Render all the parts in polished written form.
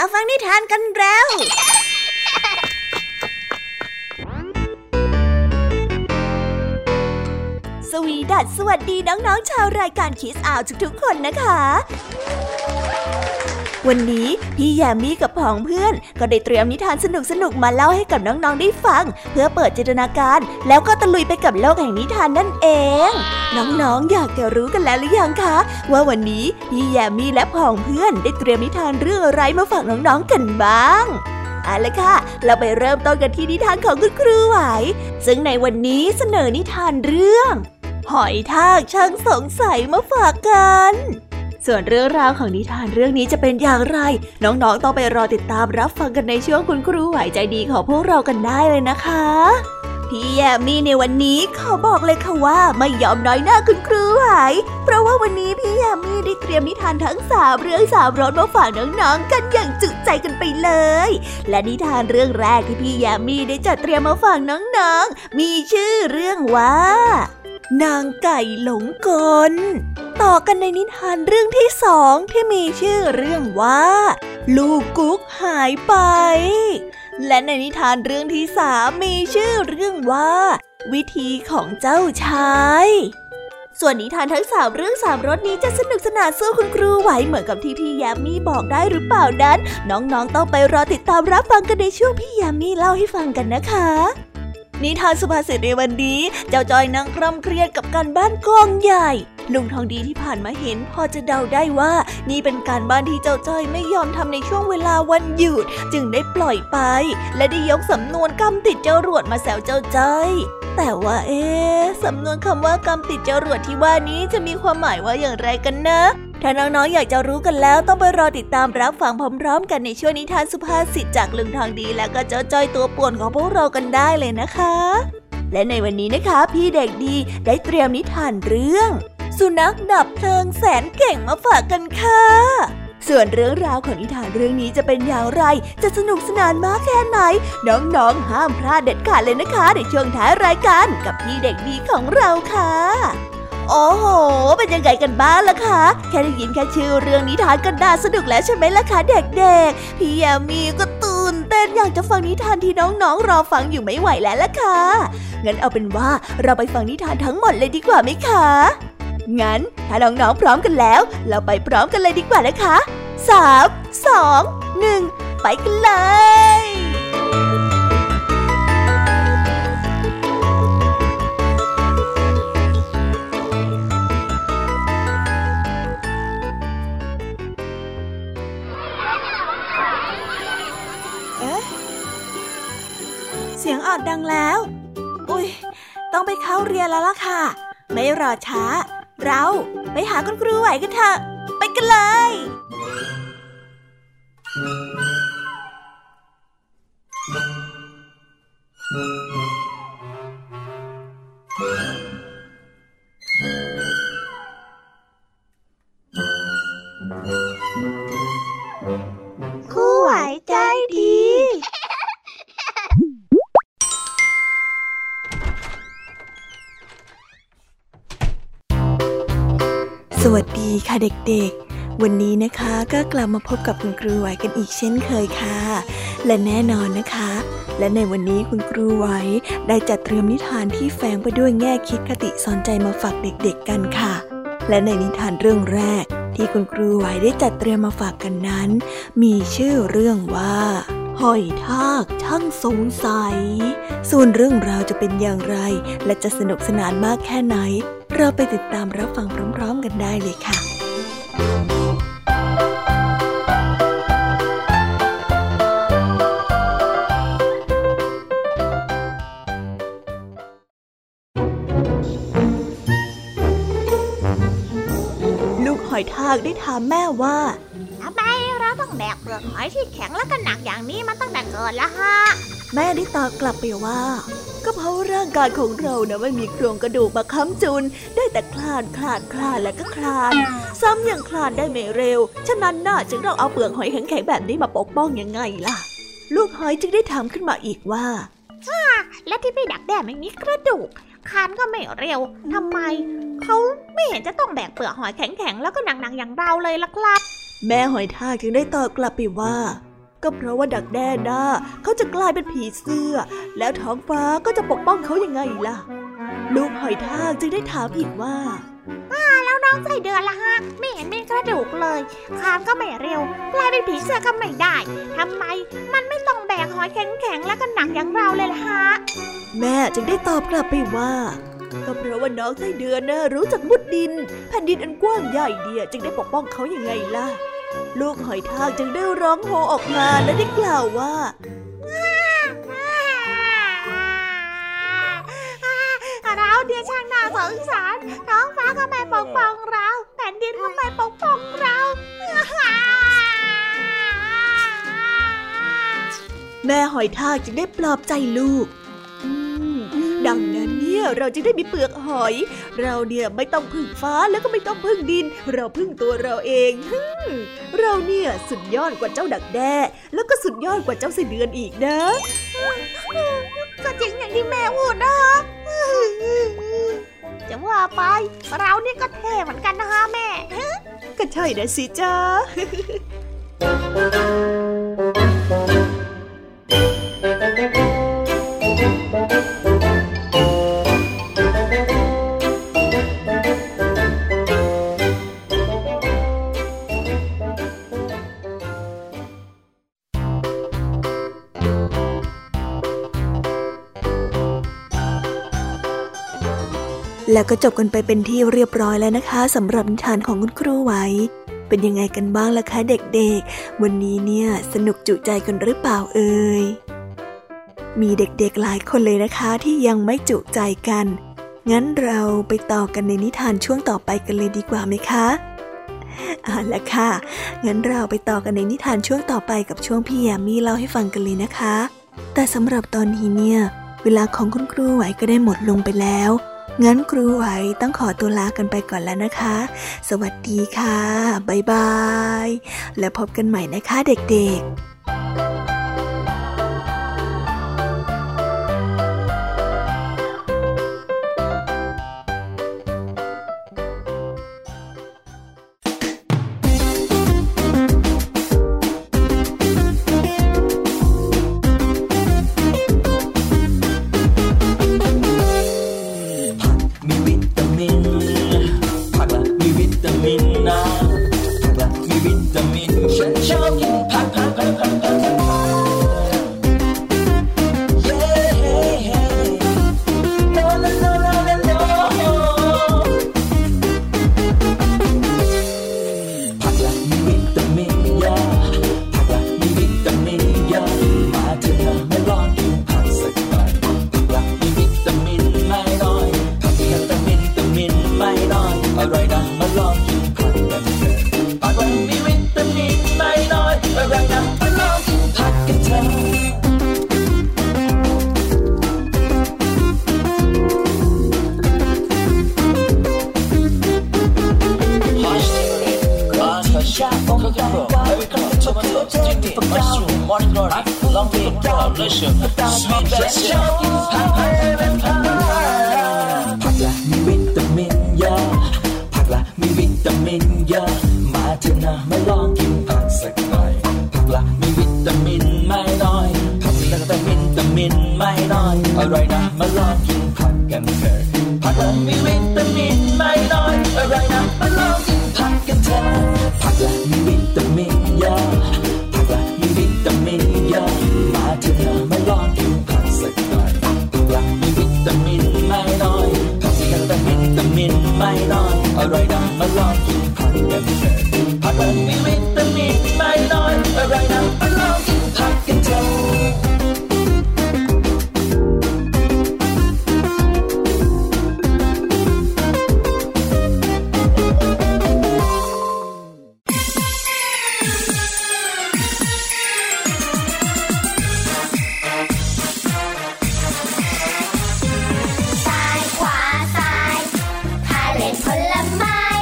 ฟังนิทานกันแล้วสวัสดีน้องๆชาวรายการคิสอาวทุกๆคนนะคะวันนี้พี่แยมมี่กับผองเพื่อนก็ได้เตรียมนิทานสนุกๆมาเล่าให้กับน้องๆได้ฟังเพื่อเปิดจินตนาการแล้วก็ตะลุยไปกับโลกแห่งนิทานนั่นเองน้องๆอยากจะรู้กันแล้วหรือยังคะว่าวันนี้พี่แยมมี่และผองเพื่อนได้เตรียมนิทานเรื่องอะไรมาฝากน้องๆกันบ้างเอาล่ะค่ะเราไปเริ่มต้นกันที่นิทานของคุณครูไหวซึ่งในวันนี้เสนอนิทานเรื่องหอยทากช่างสงสัยมาฝากกันส่วนเรื่องราวของนิทานเรื่องนี้จะเป็นอย่างไรน้องๆต้องไปรอติดตามรับฟังกันในช่วงคุณครูไหวใจดีของพวกเรากันได้เลยนะคะพี่แยมมี่ในวันนี้ขอบอกเลยค่ะว่าไม่ยอมน้อยหน้าคุณครูไหวเพราะว่าวันนี้พี่แยมมี่ได้เตรียมนิทานทั้ง3เรื่อง3รสมาฝากน้องๆกันอย่างจุใจกันไปเลยและนิทานเรื่องแรกที่พี่แยมมี่ได้จัดเตรียมมาฝากน้องๆมีชื่อเรื่องว่านางไก่หลงกลต่อกันในนิทานเรื่องที่2ที่มีชื่อเรื่องว่าลูกกุ๊กหายไปและในนิทานเรื่องที่3มีชื่อเรื่องว่าวิธีของเจ้าชายส่วนนิทานทั้ง3เรื่อง3รสนี้จะสนุกสนานสู้คุณครูไหวเหมือนกับที่พี่แยมมี่บอกได้หรือเปล่านั้นน้องๆต้องไปรอติดตามรับฟังกันในช่วงพี่แยมมี่เล่าให้ฟังกันนะคะนิทานสุภาษิตในวันนี้เจ้าจ้อยนั่งคร่ำเครียดกับการบ้านกองใหญ่ลุงทองดีที่ผ่านมาเห็นพอจะเดาได้ว่านี่เป็นการบ้านที่เจ้าจ้อยไม่ยอมทำในช่วงเวลาวันหยุดจึงได้ปล่อยไปและได้ยกสำนวนกำติดจรวดมาแซวเจ้าจ้อยแต่ว่าสำนวนคำว่ากำติดจรวดที่ว่านี้จะมีความหมายว่าอย่างไรกันนะถ้าน้องๆอยากจะรู้กันแล้วต้องไปรอติดตามรับฟังพร้อมๆกันในช่วงนิทานสุภาษิตจากลุงทองดีและก็เจ้าจ้อยตัวป่วนของพวกเรากันได้เลยนะคะและในวันนี้นะคะพี่เด็กดีได้เตรียมนิทานเรื่องสุนัขดับเพลิงแสนเก่งมาฝากกันค่ะส่วนเรื่องราวของนิทานเรื่องนี้จะเป็นอย่างไรจะสนุกสนานมากแค่ไหนน้องๆห้ามพลาดเด็ดขาดเลยนะคะในช่วงท้ายรายการกับพี่เด็กดีของเราค่ะโอ้โหเป็นยังไงกันบ้างล่ะคะแค่ได้ยินแค่ชื่อเรื่องนิทานก็น่าสนุกแล้วใช่ไหมล่ะคะเด็กๆพี่แยมมี่ก็ตื่นเต้นอยากจะฟังนิทานที่น้องๆรอฟังอยู่ไม่ไหวแล้วล่ะค่ะงั้นเอาเป็นว่าเราไปฟังนิทานทั้งหมดเลยดีกว่าไหมคะงั้นถ้าน้องๆพร้อมกันแล้วเราไปพร้อมกันเลยดีกว่านะคะ3 2 1ไปกันเลยเสียงออดดังแล้วอุ๊ยต้องไปเข้าเรียนแล้วล่ะค่ะไม่รอช้าเราไปหาคุณครูไหวกันเถอะไปกันเลยครูไหวใจดีสวัสดีค่ะเด็กๆวันนี้นะคะก็กลับมาพบกับคุณครูไหวกันอีกเช่นเคยค่ะและแน่นอนนะคะและในวันนี้คุณครูไหวได้จัดเตรียมนิทานที่แฝงไปด้วยแง่คิดคติสอนใจมาฝากเด็กๆกันค่ะและในนิทานเรื่องแรกที่คุณครูไหวได้จัดเตรียมมาฝากกันนั้นมีชื่อเรื่องว่าหอยทากช่างสงสัยส่วนเรื่องราวจะเป็นอย่างไรและจะสนุกสนานมากแค่ไหนเราไปติดตามรับฟังพร้อมๆกันได้เลยค่ะลูกหอยทากได้ถามแม่ว่าทำไมเราต้องแบกเปลือกหอยที่แข็งและก็หนักอย่างนี้มาตั้งแต่เกิดละฮะแม่ได้ตอบกลับไปว่าก็เพราะร่างกายของเรานะไม่มีโครงกระดูกมาค้ำจุนได้แต่คลานและก็คลานซ้ำยังคลานได้ไม่เร็วฉะนั้นน่าจึงต้องเอาเปลือกหอยแข็งๆแบบนี้มาปกป้องยังไงล่ะลูกหอยจึงได้ถามขึ้นมาอีกว่าและที่พี่ดักแด้ไม่มีกระดูกคลานก็ไม่เร็วทำไมเขาไม่เห็นจะต้องแบกเปลือกหอยแข็งๆแล้วก็หนักๆอย่างเราเลยล่ะครับแม่หอยทากจึงได้ตอบกลับไปว่าก็เพราะว่าดักแด้น่ะเขาจะกลายเป็นผีเสื้อแล้วท้องฟ้าก็จะปกป้องเขายังไงล่ะลูกหอยทากจึงได้ถามอีกว่าแล้วน้องใส่เดือนละฮะไม่เห็นมีกระดูกเลยคานก็ไม่เร็วกลายเป็นผีเสื้อก็ไม่ได้ทำไมมันไม่ต้องแบกหอยแข็งๆและก็หนักอย่างเราเลยล่ะฮะแม่จึงได้ตอบกลับไปว่าก็เพราะว่าน้องไส้เดือนน่ะรู้จักมุดดินแผ่นดินอันกว้างใหญ่เนี่ยจึงได้ปกป้องเขาอย่างไงล่ะลูกหอยทากจึงได้ร้องโฮออกมาและได้กล่าวว่าเราเดี๋ยวช่างน่าสงสารท้องฟ้าก็ไม่ปกป้องเราแผ่นดินก็ไม่ปกป้องเราแม่หอยทากจึงได้ปลอบใจลูกดังนั้นเนี่ยเราจึงได้มีเปลือกหอยเราเนี่ยไม่ต้องพึ่งฟ้าแล้วก็ไม่ต้องพึ่งดินเราพึ่งตัวเราเองเราเนี่ยสุดยอดกว่าเจ้าดักแด้แล้วก็สุดยอดกว่าเจ้าไส้เดือนอีกนะก็จริงอย่างที่แม่พูดนะจะว่าไปเรานี่ก็เท่เหมือนกันนะฮะแม่ก็ใช่นะสิจ๊ะแล้วก็จบกันไปเป็นที่เรียบร้อยแล้วนะคะสำหรับนิทานของคุณครูไหวเป็นยังไงกันบ้างล่ะคะเด็กๆวันนี้เนี่ยสนุกจุใจกันหรือเปล่าเอ่ยมีเด็กๆหลายคนเลยนะคะที่ยังไม่จุใจกันงั้นเราไปต่อกันในนิทานช่วงต่อไปกันเลยดีกว่าไหมคะเอาล่ะค่ะงั้นเราไปต่อกันในนิทานช่วงต่อไปกับช่วงพี่แยมมี่เล่าให้ฟังกันเลยนะคะแต่สำหรับตอนนี้เนี่ยเวลาของคุณครูไหวก็ได้หมดลงไปแล้วงั้นครูไหวต้องขอตัวลากันไปก่อนแล้วนะคะสวัสดีค่ะบ๊ายบายแล้วพบกันใหม่นะคะเด็กๆ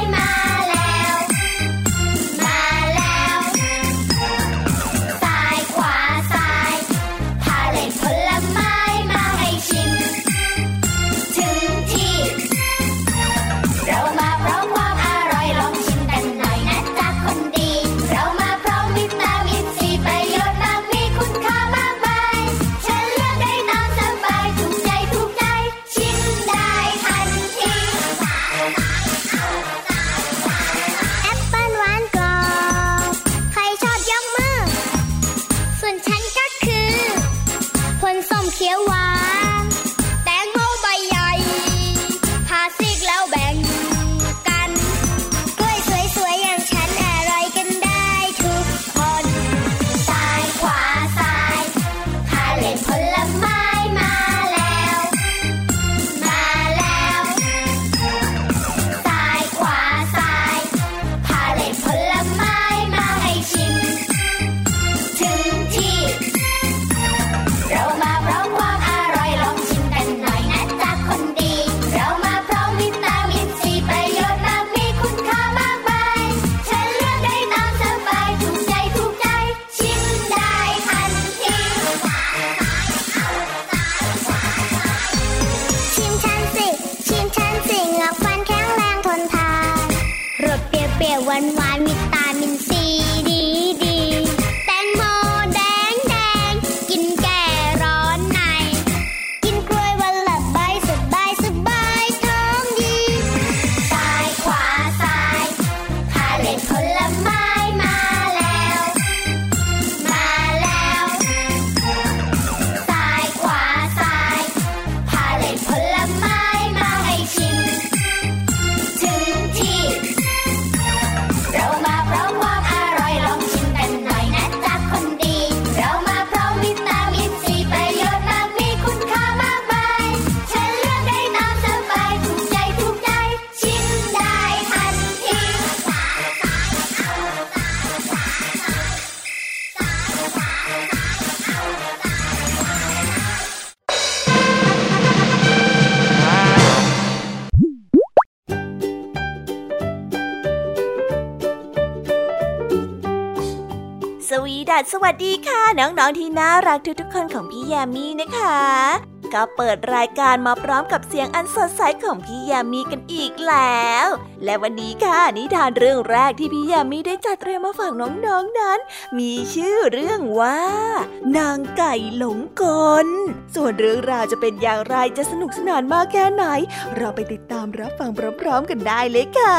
ซ้ายขสวัสดีค่ะน้องๆที่น่ารักทุกๆคนของพี่ยามีนะคะก็เปิดรายการมาพร้อมกับเสียงอันสดใสของพี่ยามีกันอีกแล้วและวันนี้ค่ะนิทานเรื่องแรกที่พี่ยามีได้จัดเตรียมมาฝากน้องๆนั้นมีชื่อเรื่องว่านางไก่หลงกลส่วนเรื่องราวจะเป็นอย่างไรจะสนุกสนานมากแค่ไหนเราไปติดตามรับฟังพร้อมๆกันได้เลยค่ะ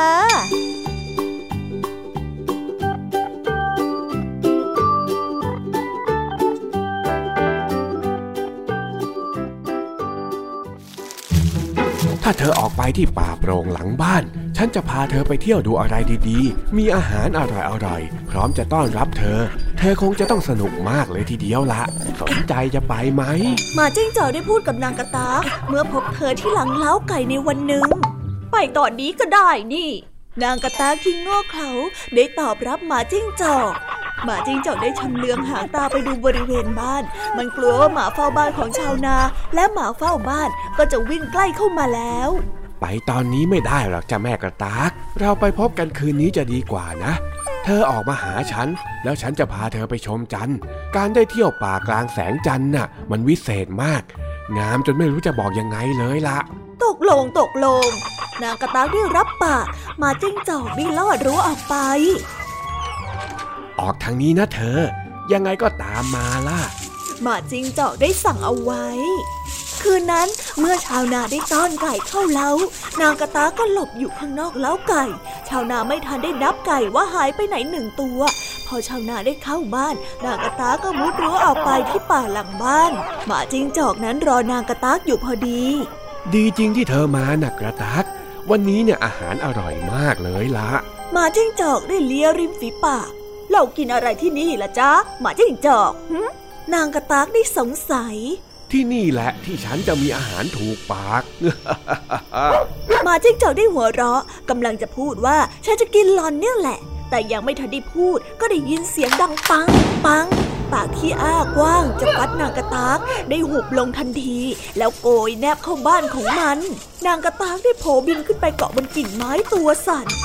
ถ้าเธอออกไปที่ป่าโปร่งหลังบ้านฉันจะพาเธอไปเที่ยวดูอะไรดีๆมีอาหารอร่อยๆพร้อมจะต้อนรับเธอคงจะต้องสนุกมากเลยทีเดียวละสนใจจะไปไหมหมาจิ้งจอกได้พูดกับนางกระตากเมื่อพบเธอที่หลังเล้าไก่ในวันหนึ่งไปตอนนี้ก็ได้นี่นางกระตากที่โง่เขลาได้ตอบรับหมาจิ้งจอกหมาจิ้งจอกได้ชำเลืองหางตาไปดูบริเวณบ้านมันกลัวว่าหมาเฝ้าบ้านของชาวนาและหมาเฝ้าบ้านก็จะวิ่งใกล้เข้ามาแล้วไปตอนนี้ไม่ได้หรอกจ้ะแม่กระตากเราไปพบกันคืนนี้จะดีกว่านะเธอออกมาหาฉันแล้วฉันจะพาเธอไปชมจันทร์การได้เที่ยวป่ากลางแสงจันทร์น่ะมันวิเศษมากงามจนไม่รู้จะบอกยังไงเลยล่ะตกลงนางกระตากได้รับปากหมาจิ้งจอกได้ลอดรั้วออกไปออกทางนี้นะเธอยังไงก็ตามมาล่ะหมาจิ้งจอกได้สั่งเอาไว้คืนนั้นเมื่อชาวนาได้ต้อนไก่เข้าเล้านางกระตากก็หลบอยู่ข้างนอกเล้าไก่ชาวนาไม่ทันได้นับไก่ว่าหายไปไหน1 ตัวพอชาวนาได้เข้าบ้านนางกระตากก็มุดรั้วออกไปที่ป่าหลังบ้านหมาจิ้งจอกนั้นรอนางกระตากอยู่พอดีจริงที่เธอมานะกระตากวันนี้เนี่ยอาหารอร่อยมากเลยละหมาจิ้งจอกได้เลียริมฝีปากเรากินอะไรที่นี่ล่ะจ๊ะหมาจิ้งจอกนางกระตากได้สงสัยที่นี่แหละที่ฉันจะมีอาหารถูกปากหมาจิ้งจอกได้หัวเราะกำลังจะพูดว่าฉันจะกินหล่อนเนี่ยแหละแต่ยังไม่ทันได้พูดก็ได้ยินเสียงดังปังปังปากที่อ้ากว้างจะฟัดนางกระตากได้หุบลงทันทีแล้วโกยแนบเข้าบ้านของมันนางกระตากได้โผบินขึ้นไปเกาะบนกิ่งไม้ตัวสั่น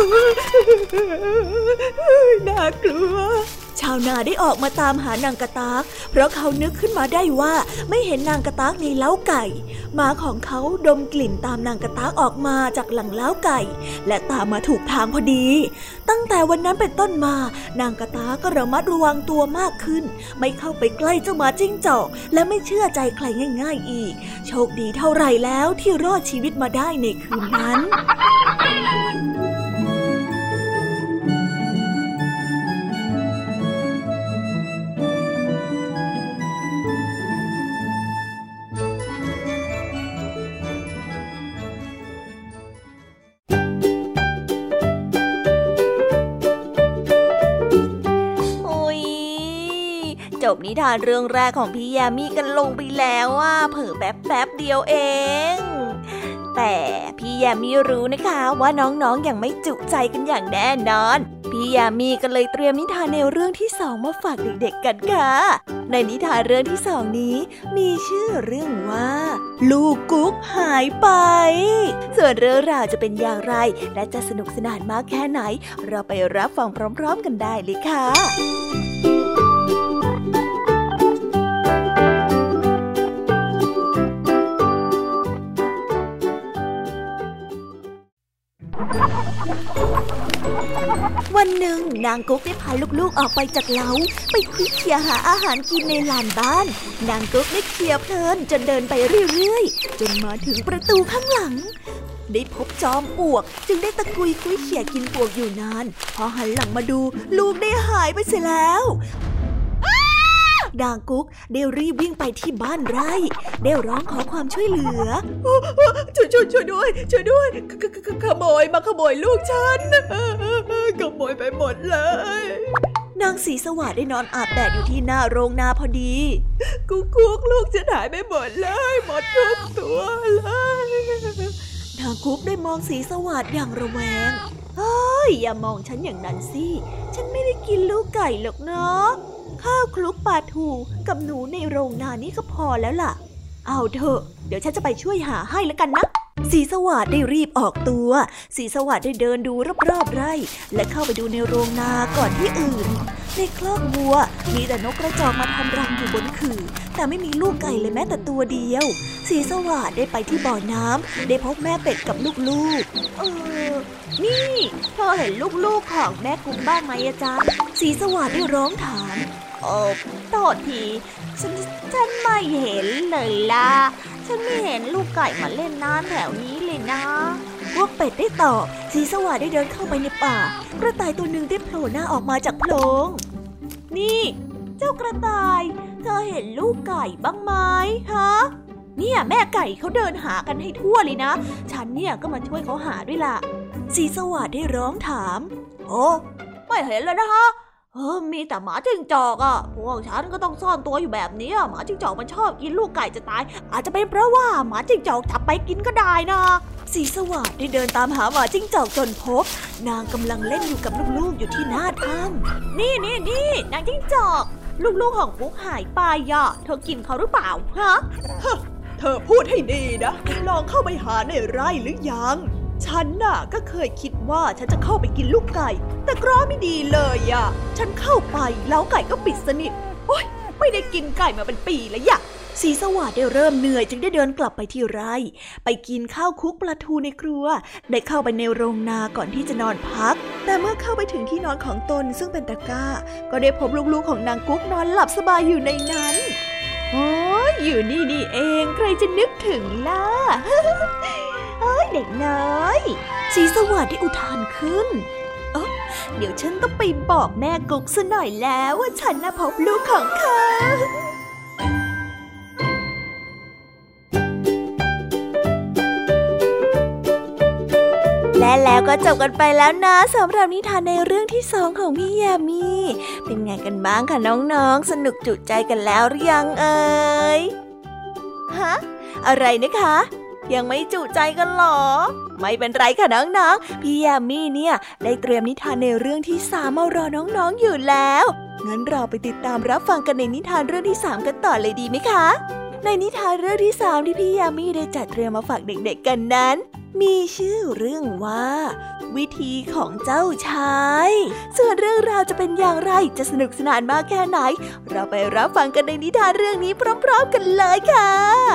น่ากลัวชาวนาได้ออกมาตามหานางกระตากเพราะเขานึกขึ้นมาได้ว่าไม่เห็นนางกระตากในเล้าไก่หมาของเขาดมกลิ่นตามนางกระตากออกมาจากหลังเล้าไก่และตามมาถูกทางพอดีตั้งแต่วันนั้นเป็นต้นมานางกระตากก็ระมัดระวังตัวมากขึ้นไม่เข้าไปใกล้เจ้าหมาจิ้งจอกและไม่เชื่อใจใครง่ายๆอีกโชคดีเท่าไหร่แล้วที่รอดชีวิตมาได้ในคืนนั้นจบนิทานเรื่องแรกของพี่ยามีกันลงไปแล้วเผลอแป๊บเดียวเองแต่พี่ยามีรู้นะคะว่าน้องๆยังไม่จุใจกันอย่างแน่นอนพี่ยามีก็เลยเตรียมนิทานแนวเรื่องที่2มาฝากเด็กๆกันค่ะในนิทานเรื่องที่2นี้มีชื่อเรื่องว่าลูกกุ๊กหายไปส่วนเรื่องราวจะเป็นอย่างไรและจะสนุกสนานมากแค่ไหนเราไปรับฟังพร้อมๆกันได้เลยค่ะวันหนึ่งนางกุ๊กได้พาลูกๆออกไปจากเล้าไปคุยเขี่ยหาอาหารกินในลานบ้านนางกุ๊กได้เขี่ยเพลินจนเดินไปเรื่อยๆจนมาถึงประตูข้างหลังได้พบจอมปลวกจึงได้ตะกุยคุยเขี่ยกินปลวกอยู่นานพอหันหลังมาดูลูกได้หายไปเสียแล้วนางกุ๊กได้รีบวิ่งไปที่บ้านไร่ได้ร้องขอความช่วยเหลือช่วยด้วยขโมยมาขโมยลูกฉันขโมยไปหมดเลยนางศรีสวัสดิ์ได้นอนอาบแดดอยู่ที่หน้าโรงนาพอดีกุ๊กลูกฉันหายไปหมดเลยหมดทุกตัวเลยนางกุ๊กได้มองศรีสวัสดิ์อย่างระแวงเฮ้ยอย่ามองฉันอย่างนั้นสิฉันไม่ได้กินลูกไก่หรอกเนาะข้าวคลุกปลาทูกับหนูในโรงนานี่ก็พอแล้วล่ะเอาเถอะเดี๋ยวฉันจะไปช่วยหาให้แล้วกันนะศรีสวัสดิ์ได้รีบออกตัวศรีสวัสดิ์ได้เดินดูรอบๆไร่และเข้าไปดูในโรงนาก่อนที่อื่นในคลอกวัวมีแต่นกกระจอกมาทำรังอยู่บนขื่อแต่ไม่มีลูกไก่เลยแม้แต่ตัวเดียวสีสวัสดิ์ได้ไปที่บ่อน้ำได้พบแม่เป็ดกับลูกๆนี่เธอเห็นลูกๆของแม่กุ้งบ้างไหมอะจ๊ะสีสวัสดิ์ได้ร้องถามโทษทีฉันไม่เห็นเลยล่ะฉันไม่เห็นลูกไก่มาเล่นน้ำแถวนี้เลยนะพวกเป็ดได้ตอบสีสวัสดิ์ได้เดินเข้าไปในป่ากระต่ายตัวหนึ่งได้โผล่หน้าออกมาจากโพรงนี่เจ้ากระต่ายเธอเห็นลูกไก่บ้างไหมฮะเนี่ยแม่ไก่เขาเดินหากันให้ทั่วเลยนะฉันเนี่ยก็มาช่วยเขาหาด้วยล่ะสีสวัสดิ์ได้ร้องถามโอ้ไม่เห็นเลยนะคะมีแต่หมาจิ้งจอกอ่ะพวกฉันก็ต้องซ่อนตัวอยู่แบบนี้หมาจิ้งจอกมันชอบกินลูกไก่จะตายอาจจะเป็นเพราะว่าหมาจิ้งจอกจับไปกินก็ได้นะสีสวัสดิ์ได้เดินตามหาหมาจิ้งจอกจนพบนางกำลังเล่นอยู่กับลูกๆอยู่ที่หน้าถ้ำนี่นางจิ้งจอกลูกๆของฟุกหายไปอ่ะเธอกินเขาหรือเปล่าฮะเธอพูดให้ดีนะลองเข้าไปหาในไร่หรือยังฉันน่ะก็เคยคิดว่าฉันจะเข้าไปกินลูกไก่แต่เคราะห์ไม่ดีเลยอ่ะฉันเข้าไปแล้วไก่ก็ปิดสนิทโอ๊ยไม่ได้กินไก่มาเป็นปีแล้วย่ะสีสวัสดิ์ได้เริ่มเหนื่อยจึงได้เดินกลับไปที่ไร่ไปกินข้าวคลุกปลาทูในครัวได้เข้าไปในโรงนาก่อนที่จะนอนพักแต่เมื่อเข้าไปถึงที่นอนของตนซึ่งเป็นตะกร้าก็ได้พบลูกๆของนางกุ๊กนอนหลับสบายอยู่ในนั้นอยู่นี่เองใครจะนึกถึงล่ะ เด็กน้อยสีสวัสดิ์ได้อุทานขึ้นเดี๋ยวฉันต้องไปบอกแม่กุ๊กซะหน่อยแล้วว่าฉันน่ะพบลูกของเขาและแล้วก็จบกันไปแล้วนะสำหรับนิทานในเรื่องที่2ของพี่ยามีเป็นไงกันบ้างคะน้องๆสนุกจุใจกันแล้วหรือยังเอ่ยฮะอะไรนะคะยังไม่จุใจกันหรอไม่เป็นไรค่ะน้องๆพี่ยามีเนี่ยได้เตรียมนิทานในเรื่องที่3มารอน้องๆอยู่แล้วงั้นเราไปติดตามรับฟังกันในนิทานเรื่องที่3กันต่อเลยดีไหมคะในนิทานเรื่องที่3ที่พี่ยามีได้จัดเตรียมมาฝากเด็กๆกันนั้นมีชื่อเรื่องว่าวิธีของเจ้าชายส่วนเรื่องราวจะเป็นอย่างไรจะสนุกสนานมากแค่ไหนเราไปรับฟังกันในนิทานเรื่องนี้พร้อมๆกันเลยค่ะ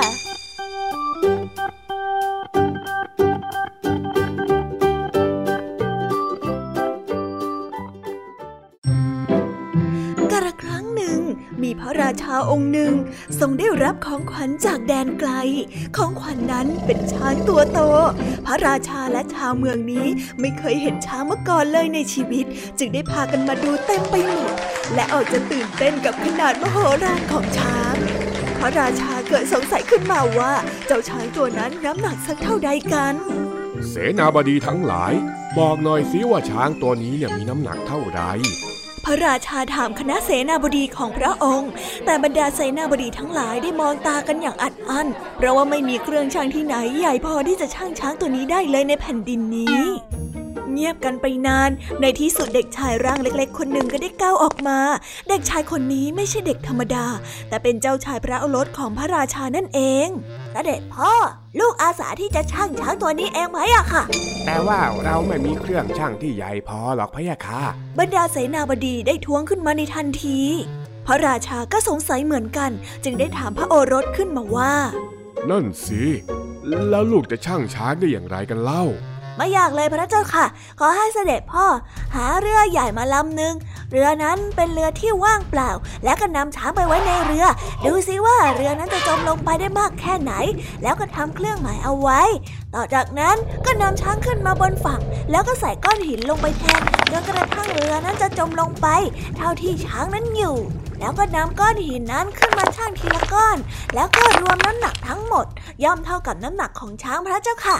มีพระราชาองค์หนึ่งทรงได้รับของขวัญจากแดนไกลของขวัญนั้นเป็นช้างตัวโตพระราชาและชาวเมืองนี้ไม่เคยเห็นช้างมาก่อนเลยในชีวิตจึงได้พากันมาดูเต็มไปหมดและออกจะตื่นเต้นกับขนาดมโหฬารของช้างพระราชาเกิดสงสัยขึ้นมาว่าเจ้าช้างตัวนั้นน้ำหนักสักเท่าใดกันเสนาบดีทั้งหลายบอกหน่อยสิว่าช้างตัวนี้เนี่ยมีน้ำหนักเท่าใดพระราชาถามคณะเสนาบดีของพระองค์แต่บรรดาเสนาบดีทั้งหลายได้มองตากันอย่างอัดอั้นเพราะว่าไม่มีเครื่องชั่งที่ไหนใหญ่พอที่จะชั่งช้างตัวนี้ได้เลยในแผ่นดินนี้เงียบกันไปนานในที่สุดเด็กชายร่างเล็กๆคนหนึ่งก็ได้ก้าวออกมาเด็กชายคนนี้ไม่ใช่เด็กธรรมดาแต่เป็นเจ้าชายพระโอรสของพระราชานั่นเองเสด็จพ่อลูกอาสาที่จะชั่งช้างตัวนี้เองไหมอะค่ะแต่ว่าเราไม่มีเครื่องชั่งที่ใหญ่พอหรอกพะยะค่ะบรรดาเสนาบดีได้ท้วงขึ้นมาในทันทีพระราชาก็สงสัยเหมือนกันจึงได้ถามพระโอรสขึ้นมาว่านั่นสิแล้วลูกจะชั่งช้างได้อย่างไรกันเล่าไม่อยากเลยพระเจ้าค่ะขอให้เสด็จพ่อหาเรือใหญ่มาลำหนึ่งเรือนั้นเป็นเรือที่ว่างเปล่าและก็นำช้างไปไว้ในเรือดูสิว่าเรือนั้นจะจมลงไปได้มากแค่ไหนแล้วก็ทำเครื่องหมายเอาไว้ต่อจากนั้นก็นำช้างขึ้นมาบนฝั่งแล้วก็ใส่ก้อนหินลงไปแทนจนกระทั่งเรือนั้นจะจมลงไปเท่าที่ช้างนั้นอยู่แล้วก็นำก้อนหินนั้นขึ้นมาชั่งทีละก้อนแล้วก็รวมน้ำหนักทั้งหมดย่อมเท่ากับน้ำหนักของช้างพระเจ้าค่ะ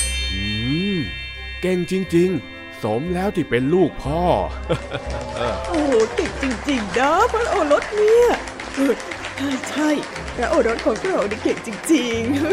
เก่งจริงๆสมแล้วที่เป็นลูกพ่อโอ้เก่งจริงๆนะพระโอรสเนี่ยใช่พระโอรสของเราเนี่ยเก่งจริงๆ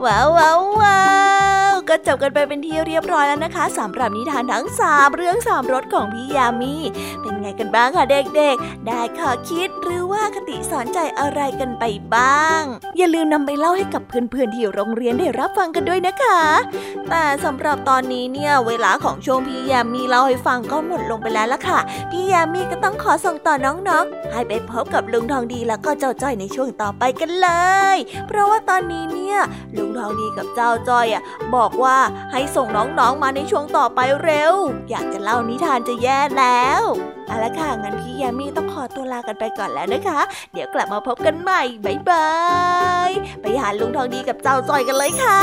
ว้าวว้าวว้าวก็จบกันไปเป็นที่เรียบร้อยแล้วนะคะสำหรับนิทานทั้ง3เรื่อง3รสของพี่ยามีเป็นไงกันบ้างคะเด็กๆได้ข้อคิดหรือว่าคติสอนใจอะไรกันไปบ้างอย่าลืมนำไปเล่าให้กับเพื่อนๆที่โรงเรียนได้รับฟังกันด้วยนะคะแต่สำหรับตอนนี้เนี่ยเวลาของช่วงพี่ยามีเล่าให้ฟังก็หมดลงไปแล้วล่ะค่ะพี่ยามีก็ต้องขอส่งต่อน้องๆให้ไปพบกับลุงทองดีแล้วก็เจ้าจ้อยในช่วงต่อไปกันเลยเพราะว่าตอนนี้เนี่ยลุงทองดีกับเจ้าจ้อยบอกว่าให้ส่งน้องๆมาในช่วงต่อไปเร็วอยากจะเล่านิทานจะแย่แล้วเอาละค่ะงั้นพี่ยามีต้องขอตัวลากันไปก่อนแล้วนะคะเดี๋ยวกลับมาพบกันใหม่บ๊ายบายไปหาลุงทองดีกับเจ้าจ้อยกันเลยค่ะ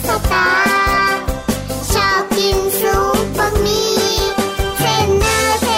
ชอบกินซุปบะหมี่เส้นหน้าเส้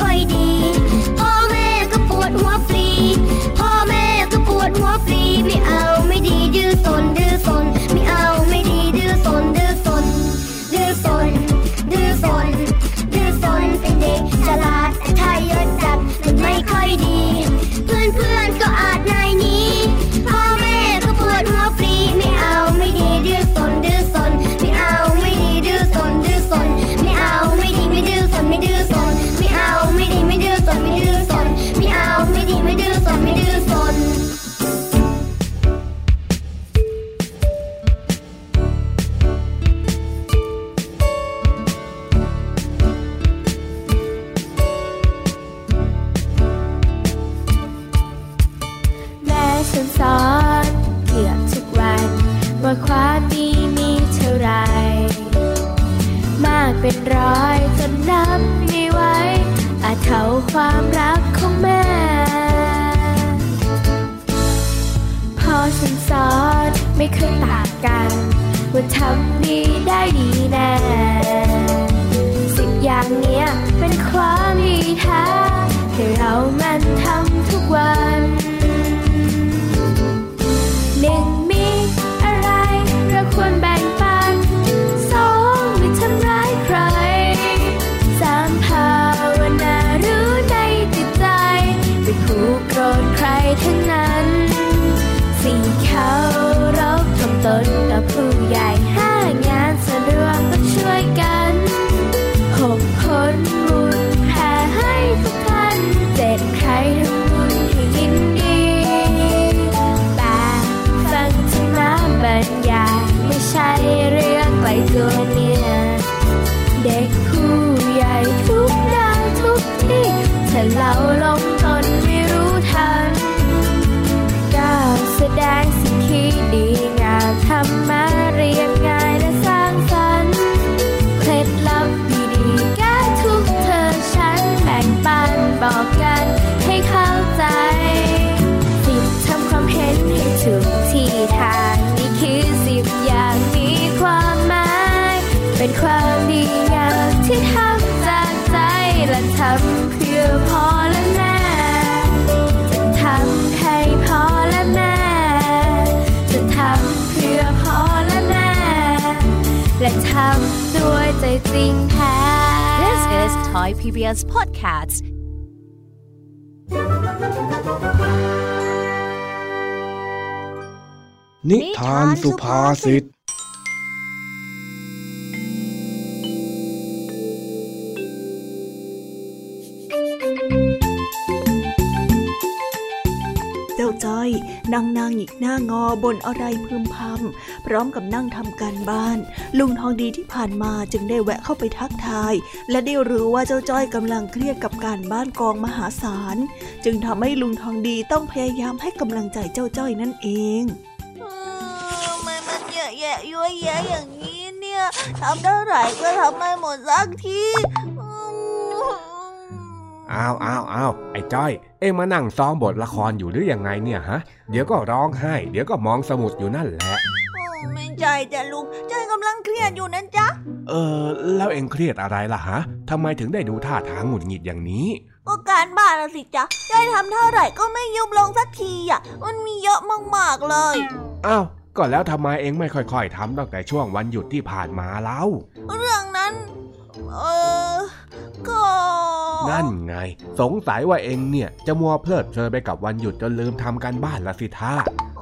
อยดีพ่อแม่ก็ปวดหัวฟรีพ่อแม่ก็ปวดหัวฟรีไม่เอาไม่ดีดื้อซนไม่เอาไม่ดีดื้อซนเป็นเด็กฉลาดแต่ถ้าเยอะจัดมันไม่ค่อยดีเพื่อนก็อาจนายนี้พ่อแม่ก็ปวดหัวฟรีไม่เอาไม่ดีดื้อซนไม่เอาไม่ดีดื้อซนไม่เอาไม่ดีไม่ดื้อซนไม่เอาไม่ดีไม่ดื้อซนไม่เอาไม่ดีไม่ดื้อซนฉันสอนเกือบทุกวันว่าความดีมีเท่าไรมากเป็นร้อยจนนับไม่ไหวอาจเท่าความรักของแม่พอฉันสอนไม่เคยต่างกันว่าทำดีได้ดีแน่สิ่งอย่างเนี้ยเป็นความดีแท้ให้เรามันทำทุกวันหนึ่งมีอะไรเราควรแบ่งปันสองไม่ทำร้ายใครสามภาวนารู้ในจิตใจไม่ผูกโกรธใครทั้งนั้นสี่เคารพถ่อมตนต่อผู้ใหญ่ห้างานส่วนรวมต้องช่วยกันหกผลบุญแผ่ให้ทุกท่านเจ็ดใครทำบุญให้ยินดีบรรยายไม่ใช่เรื่องไกลตัวเนี่ยเด็กผู้ใหญ่ทุกด้านทุกที่ถ้าเราลงตนไม่รู้ทันก้าวแสดงสิ่งที่ดีงามทำมาเรียบง่ายและสร้างสรรค์เคล็ดลับดีๆแก้ทุกเธอฉันแบ่งปันบอกกันให้เข้าใจสิบทำความเห็นให้ถูกที่ทางคือ10อย่างมีความหมายเป็นความดีงามที่ทำจากใจและทำเพื่อพ่อและแม่จะทำให้พ่อและแม่จะทำเพื่อพ่อและแม่และทำด้วยใจจริงแท้ This is Thai PBS Podcast นิทานสุภาษิตเจ้าจ้อยนั่งหงิกหน้างอบนอะไรพึมพำพร้อมกับนั่งทำการบ้านลุงทองดีที่ผ่านมาจึงได้แวะเข้าไปทักทายและได้รู้ว่าเจ้าจ้อยกำลังเครียดกับการบ้านกองมหาศาลจึงทำให้ลุงทองดีต้องพยายามให้กำลังใจเจ้าจ้อยนั่นเองทำไมมันแย่ๆยั่วแย่อย่างนี้เนี่ยทำเท่าไหร่ก็ทำไม่หมดสักทีอ้าวไอ้จ้อยเอ็งมานั่งซ้อมบทละครอยู่หรือยังไงเนี่ยฮะเดี๋ยวก็ร้องไห้เดี๋ยวก็มองสมุดอยู่นั่นแหละไม่ใช่จ้ะลุงจ้อยกำลังเครียดอยู่นั่นจ๊ะแล้วเอ็งเครียดอะไรล่ะฮะทำไมถึงได้ดูท่าทางหงุดหงิดอย่างนี้ก็การบ้านน่ะสิจ๊ะจ้อยทำเท่าไหร่ก็ไม่ยุบลงสักทีอ่ะมันมีเยอะมากๆเลยอ้าวก็แล้วทำไมเอ็งไม่ค่อยๆทำตั้งแต่ช่วงวันหยุดที่ผ่านมาเล่าเรื่องนั้นก็นั่นไงสงสัยว่าเอ็งเนี่ยจะมัวเพลิดเพลินไปกับวันหยุดจนลืมทำการบ้านละสิท่า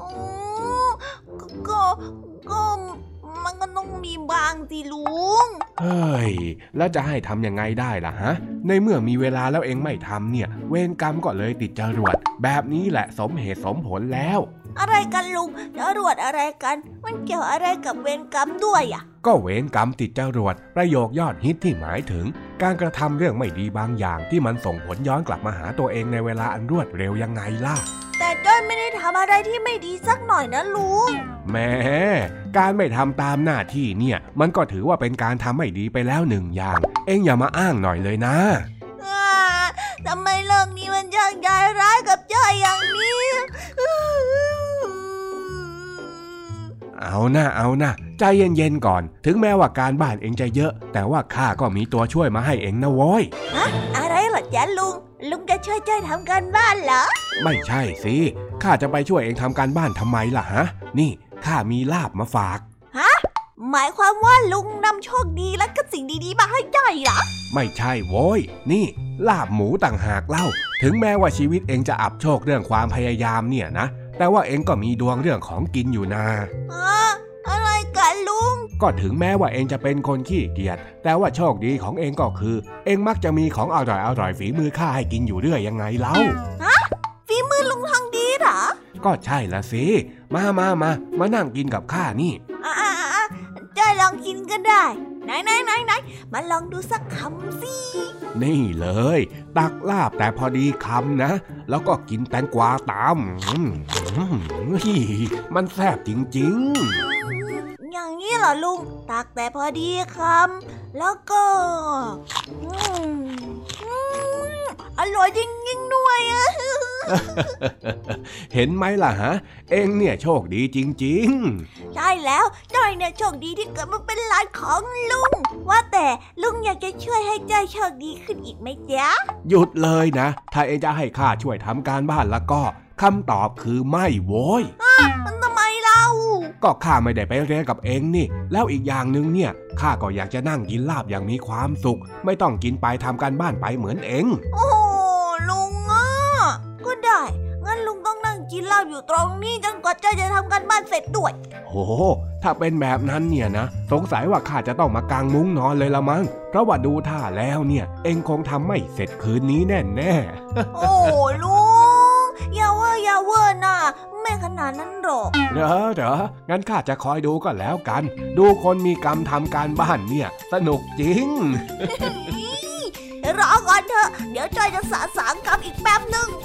ก็มันก็ต้องมีบางสิลุงเฮ้ยแล้วจะให้ทำยังไงได้ล่ะฮะในเมื่อมีเวลาแล้วเอ็งไม่ทำเนี่ยเวรกรรมก็เลยติดจรวดแบบนี้แหละสมเหตุสมผลแล้วอะไรกันลุงจรวดอะไรกันมันเกี่ยวอะไรกับเวรกรรมด้วยอ่ะก็เวรกรรมติดจรวดประโยคยอดฮิตที่หมายถึงการกระทำเรื่องไม่ดีบางอย่างที่มันส่งผลย้อนกลับมาหาตัวเองในเวลาอันรวดเร็วยังไงล่ะแต่จ้อยไม่ได้ทำอะไรที่ไม่ดีสักหน่อยนะลุงแหมการไม่ทำตามหน้าที่เนี่ยมันก็ถือว่าเป็นการทำไม่ดีไปแล้วหนึ่งอย่างเอ็งอย่ามาอ้างหน่อยเลยนะทำไมเรื่องนี้มันช่างใจร้ายกับจ้อยอย่างนี้เอานะใจเย็นๆก่อนถึงแม้ว่าการบ้านเองจะเยอะแต่ว่าข้าก็มีตัวช่วยมาให้เองนะโว้ยอะไรเหรอจ๊ะลุงจะช่วยทำการบ้านเหรอไม่ใช่สิข้าจะไปช่วยเองทำการบ้านทำไมล่ะฮะนี่ข้ามีลาบมาฝากฮะหมายความว่าลุงนำโชคดีและก็สิ่งดีๆมาให้จ้อยเหรอไม่ใช่โว้ยนี่ลาบหมูต่างหากเล่าถึงแม้ว่าชีวิตเองจะอับโชคเรื่องความพยายามเนี่ยนะแต่ว่าเองก็มีดวงเรื่องของกินอยู่นะอะไรกันลุงก็ถึงแม้ว่าเองจะเป็นคนขี้เกียจแต่ว่าโชคดีของเองก็คือเองมักจะมีของอร่อยฝีมือข้าให้กินอยู่เรื่อยยังไงเล่าฝีมือลุงทางดีเหรอก็ใช่ละสิมานั่งกินกับข้านี่จ้อยลองกินก็ได้ไหนมาลองดูสักคำสินี่เลยตักลาบแต่พอดีคำนะแล้วก็กินแตงกวาตามมันแซ่บจริงๆอย่างนี้เหรอลุงตักแต่พอดีคำแล้วก็อร่อยจริงๆด้วยเห็นไหมล่ะฮะเอ็งเนี่ยโชคดีจริงๆใช่แล้วจ้อยเนี่ยโชคดีที่เกิดมาเป็นหลานของลุงว่าแต่ลุงอยากจะช่วยให้จ้อยโชคดีขึ้นอีกไหมจ๊ะหยุดเลยนะถ้าเอ็งจะให้ข้าช่วยทำการบ้านแล้วก็คำตอบคือไม่โว้ยทำไมเล่าก็ข้าไม่ได้ไปเรียนกับเอ็งนี่แล้วอีกอย่างนึงเนี่ยข้าก็อยากจะนั่งกินลาบอย่างมีความสุขไม่ต้องกินไปทำการบ้านไปเหมือนเอ็งโอ้ลุงก็ได้งั้นลุงต้องนั่งกินลาบอยู่ตรงนี้จนกว่าจ้อยจะทำการบ้านเสร็จด้วยโอ้ถ้าเป็นแบบนั้นเนี่ยนะสงสัยว่าข้าจะต้องมากางมุ้งนอนเลยละมั้งเพราะว่าดูท่าแล้วเนี่ยเอ็งคงทำไม่เสร็จคืนนี้แน่โอ้ลุงอย่าเวอร์นะไม่ขนาดนั้นหรอกเด้องั้นข้าจะคอยดูก็แล้วกันดูคนมีกรรมทำการบ้านเนี่ยสนุกจริงรอก่อนเถอะเดี๋ยวจ้อยจะสางกรรมอีกแป๊บนึง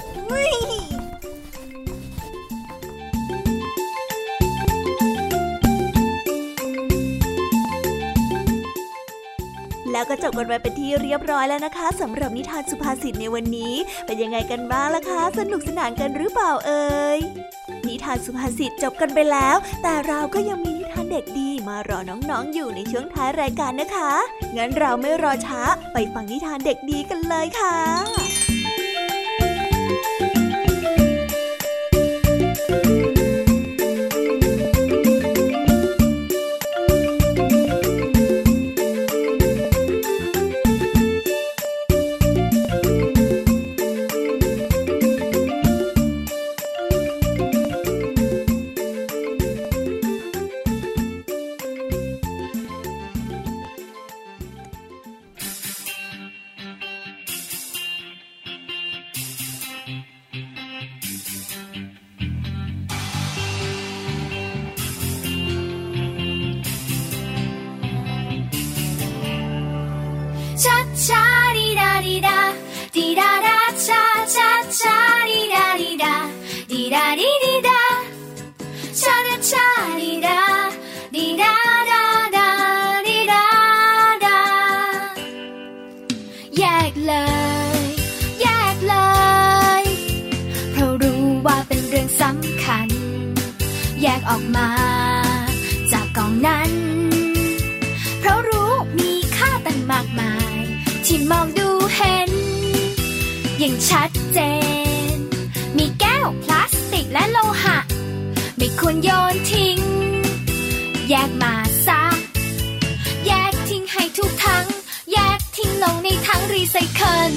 แล้วก็จบกันไปเป็นที่เรียบร้อยแล้วนะคะสำหรับนิทานสุภาษิตในวันนี้เป็นยังไงกันบ้างล่ะคะสนุกสนานกันหรือเปล่าเอ่ยนิทานสุภาษิตจบกันไปแล้วแต่เราก็ยังมีนิทานเด็กดีมารอน้องๆอยู่ในช่วงท้ายรายการนะคะงั้นเราไม่รอช้าไปฟังนิทานเด็กดีกันเลยค่ะแยกออกมาจากกองนั้นเพราะรู้มีค่าตั้งมากมายที่มองดูเห็นอย่างชัดเจนมีแก้วพลาสติกและโลหะไม่ควรโยนทิ้งแยกมาซะแยกทิ้งให้ทุกถังแยกทิ้งลงในถังรีไซเคิล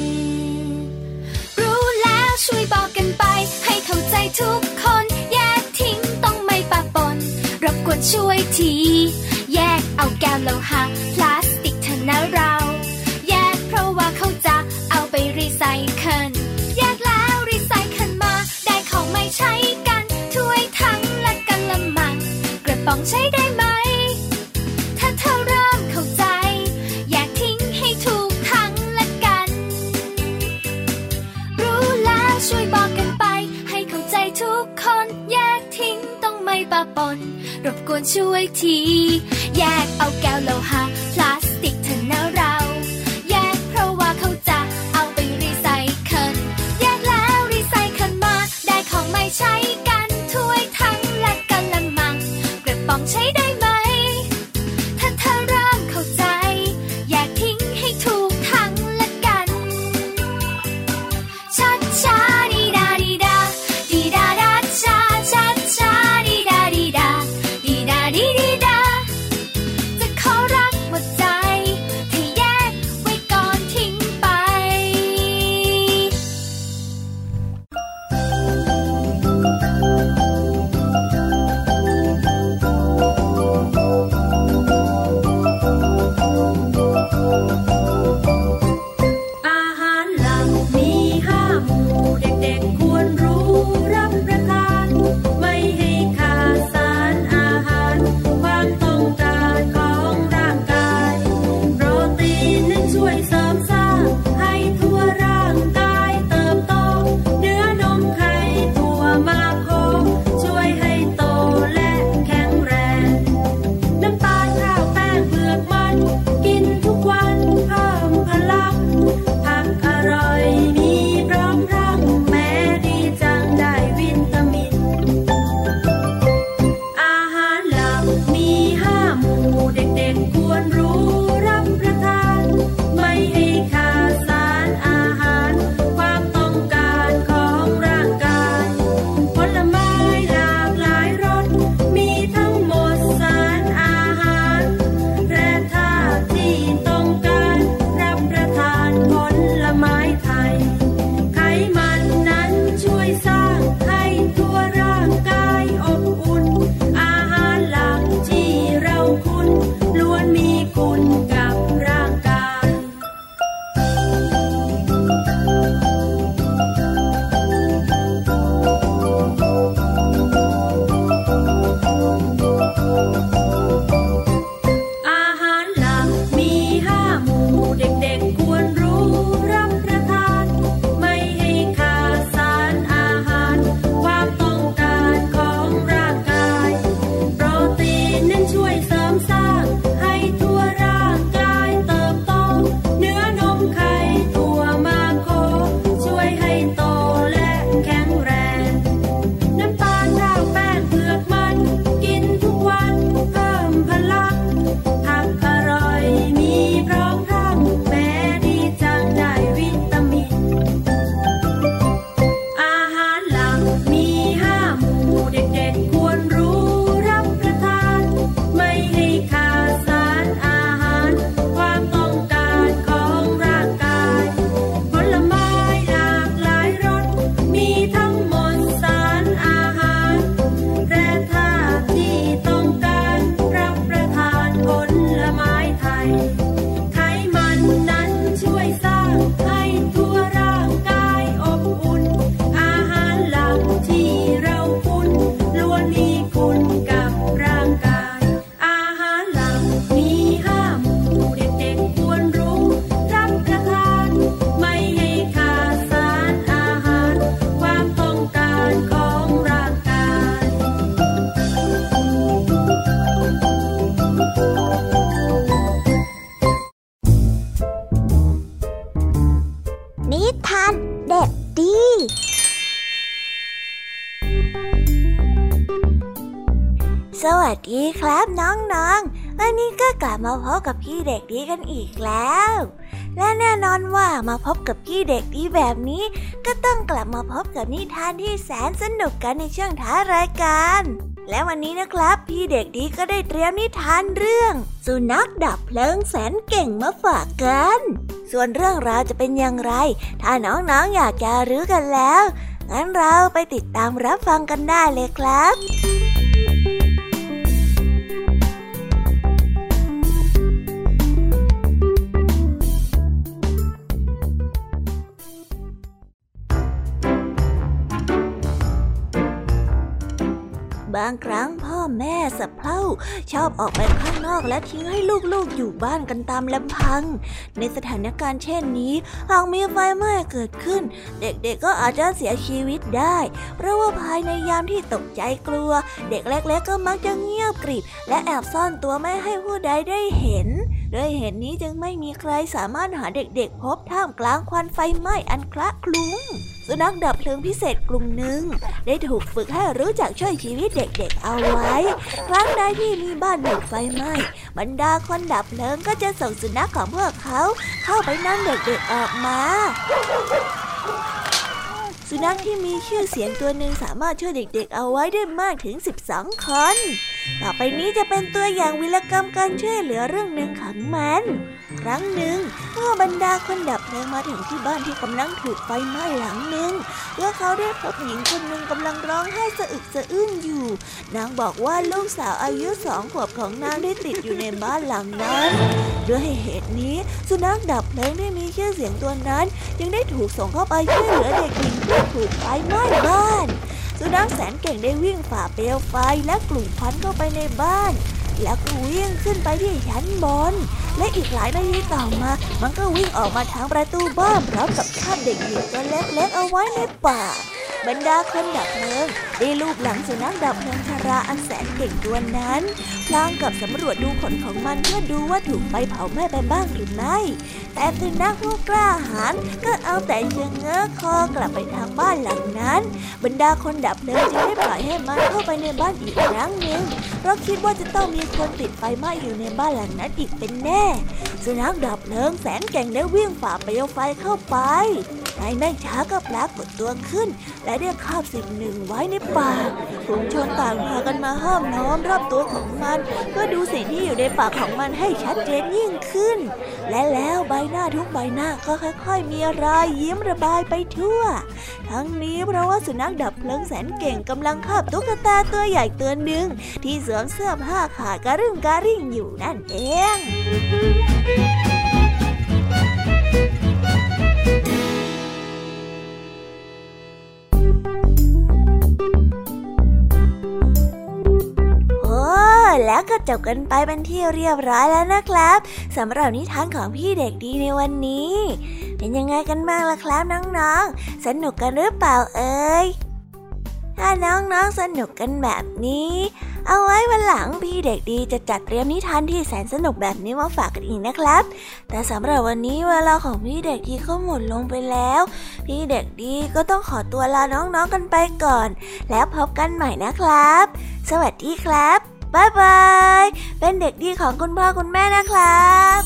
รู้แล้วช่วยบอกกันไปให้เข้าใจทุกคนแยกทิ้งต้องไม่ปะปนรบกวนช่วยทีแยกเอาแก้วโลหะพลาสติกเถอะนะเราแยกเพราะว่าเขาจะเอาไปรีไซเคิลแยกแล้วรีไซเคิลมาได้ของไม่ใช้กันถ้วยทั้งและกะละมังกระป๋องใช้ได้ไหมถ้าเธอเริ่มเข้าใจแยกทิ้งให้ถูกทั้งและกันรู้แล้วช่วยบอกกันไปให้เข้าใจทุกคนแยกทิ้งต้องไม่ปะปนรบกวนช่วยทีแยกเอาแก้วโลหะพลาสติกเถอะนะเราแยกเพราะว่าเขาจะเอาไปรีไซเคิลแยกแล้วรีไซเคิลมาได้ของไม่ใช้กันถ้วยทั้งและกะละมังกระนั้นช่วยสร้างให้ทั่วร่างกายอบอุ่นอาหารหลักที่เราคุ้นล้วนมีคุณกับร่างกายอาหารหลักมีห้าหมู่เด็กๆควรรู้รับประทานไม่ให้ขาดสารอาหารความต้องการของร่างกายนิทานเด็กดีสวัสดีครับน้องๆวันนี้ก็กลับมาพบกับพี่เด็กดีกันอีกแล้วและแน่นอนว่ามาพบกับพี่เด็กดีแบบนี้ก็ต้องกลับมาพบกับนิทานที่แสนสนุกกันในช่วงท้ายรายการและวันนี้นะครับพี่เด็กดีก็ได้เตรียมนิทานเรื่องสุนัขดับเพลิงแสนเก่งมาฝากกันส่วนเรื่องราวจะเป็นอย่างไรถ้าน้องๆอยากจะรู้กันแล้วงั้นเราไปติดตามรับฟังกันได้เลยครับ บางครั้งพ่อแม่สะเพร่าชอบออกไปข้างนอกและทิ้งให้ลูกๆอยู่บ้านกันตามลำพังในสถานการณ์เช่นนี้หากมีไฟไหม้เกิดขึ้นเด็กๆก็อาจจะเสียชีวิตได้เพราะว่าภายในยามที่ตกใจกลัวเด็กเล็กๆก็มักจะเงียบกริบและแอบซ่อนตัวไม่ให้ผู้ใดได้เห็นด้วยเหตุนี้จึงไม่มีใครสามารถหาเด็กๆพบท่ามกลางควันไฟไหม้อันคละคลุ้งสุนัขดับเพลิงพิเศษกลุ่มหนึ่งได้ถูกฝึกให้รู้จักช่วยชีวิตเด็กๆเอาไว้ครั้งใดที่มีบ้านถูกไฟไหม้บรรดาคนดับเพลิงก็จะส่งสุนัขของพวกเขาเข้าไปนำเด็กๆออกมาสุนัขที่มีชื่อเสียงตัวหนึ่งสามารถช่วยเด็กๆเอาไว้ได้มากถึง12 คนต่อไปนี้จะเป็นตัวอย่างวีรกรรมการช่วยเหลือเรื่องหนึ่งของมันครั้งหนึ่งเมื่อบรรดาคนดับเพลิงมาถึงที่บ้านที่กำลังถูกไฟไหม้หลังหนึ่งเมื่อเขาได้พบหญิงคนหนึ่งกำลังร้องไห้สะอึกสะอื้นอยู่นางบอกว่าลูกสาวอายุ2 ขวบของนางได้ติดอยู่ในบ้านหลังนั้นด้วยเหตุนี้สุนัขดับเพลิงที่มีชื่อเสียงตัวนั้นจึงได้ถูกส่งเข้าไปช่วยเหลือเด็กหญิงที่ถูกไฟไหม้บ้านสุนัขแสนเก่งได้วิ่งฝ่าเปลวไฟและกลุ่มควันเข้าไปในบ้านแล้วก็วิ่งขึ้นไปที่ชั้นบนและอีกหลายนาทีต่อมามันก็วิ่งออกมาทางประตูบ้านพร้อมกับคาบเด็กหญิงตัวเล็กๆเอาไว้ในปากบรรดาคนดับเพลิงได้ลูบหลังสุนัขดับเพลิงชราอันแสนเก่งตัวนั้นพลางกับสำรวจดูขนของมันเพื่อดูว่าถูกไฟเผาไหม้ไปบ้างหรือไม่แต่สุนัขผู้กล้าหาญก็เอาแต่เชิงเงื้อคอกลับไปทางบ้านหลังนั้นบรรดาคนดับเพลิงจึงได้ปล่อยให้มันเข้าไปในบ้านอีกครั้งหนึ่งเพราะคิดว่าจะต้องมีคนติดไฟไหม้อยู่ในบ้านหลังนั้นอีกเป็นแน่สุนัขดับเพลิงแสนเก่งได้วิ่งฝ่าเปลวไฟเข้าไปในไม่ช้าก็ปรากฏตัวขึ้นและได้คาบสิ่งหนึ่งไว้ในปากฝูงชนต่างพากันมาห้อมล้อมรอบตัวของมันเพื่อดูสิ่งที่อยู่ในปากของมันให้ชัดเจนยิ่งขึ้นและแล้วใบหน้าทุกใบหน้าก็ค่อยๆมีรอยยิ้มระบายไปทั่วทั้งนี้เพราะว่าสุนัขดับเพลิงแสนเก่งกำลังคาบตุ๊กตาตัวใหญ่ตัวหนึ่งที่สวมเสื้อผ้าขาดกระรึ่งกระริ่งอยู่นั่นเองแล้วก็จบกันไปเป็นที่เรียบร้อยแล้วนะครับสำหรับนิทานของพี่เด็กดีในวันนี้เป็นยังไงกันบ้างล่ะครับน้องๆสนุกกันหรือเปล่าเอ่ยถ้าน้องๆสนุกกันแบบนี้เอาไว้วันหลังพี่เด็กดีจะจัดเตรียมนิทานที่แสนสนุกแบบนี้มาฝากกันอีกนะครับแต่สำหรับวันนี้เวลาของพี่เด็กดีก็หมดลงไปแล้วพี่เด็กดีก็ต้องขอตัวลาน้องๆกันไปก่อนแล้วพบกันใหม่นะครับสวัสดีครับบ๊ายบายเป็นเด็กดีของคุณพ่อคุณแม่นะครับ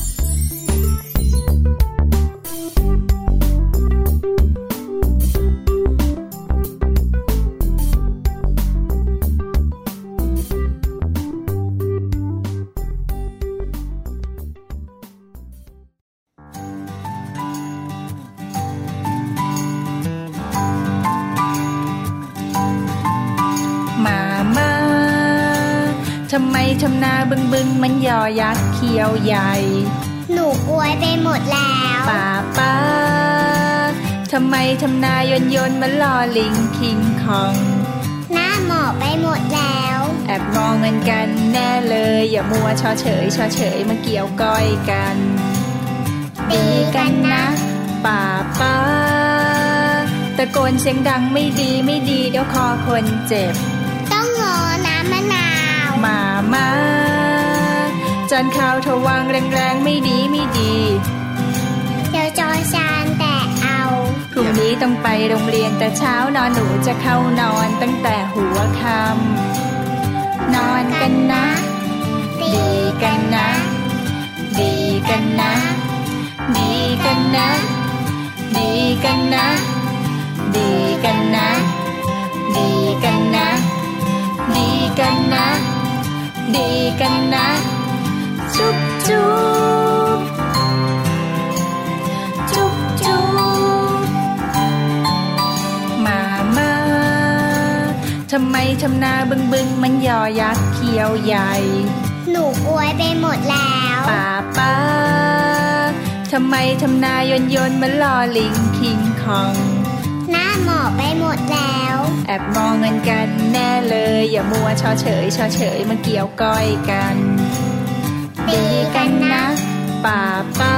ทำไมทำนาบึงมันยอยักษ์เขียวใหญ่หนูกลัววยไปหมดแล้วป้าทำไมทำนายนมันล่อลิงคิงคองหน้าหมอบไปหมดแล้วแอบมองเงินกันแน่เลยอย่ามัวชอเฉยมาเกี่ยวก้อยกันดีกันนะป้าตะโกนเสียงดังไม่ดีเดี๋ยวคอคนเจ็บต้องงอน้ำมะนาวมาจานข้าวทวางแรงๆไม่ดีเดี๋ยวจอชานแต่เอาพรุ่งนี้ต้องไปโรงเรียนแต่เช้านอนหนูจะเข้านอนตั้งแต่หัวค่ำนอนกันนะดีกันนะดีกันนะดีกันนะดีกันนะดีกันนะดีกันนะดีกันนะดีกันนะจุ๊บจุ๊บจุ๊บจุ๊บมาทำไมทำนาบึงมันยอยักษ์เขียวใหญ่หนูป่วยไปหมดแล้วป้าทำไมทำนายนมันล่อลิงคิงคองหน้าหมอบไปหมดแล้วแอบมองเงินกันแน่เลยอย่ามัวชอเฉยมาเกี่ยวก้อยกันดีกันนะป้า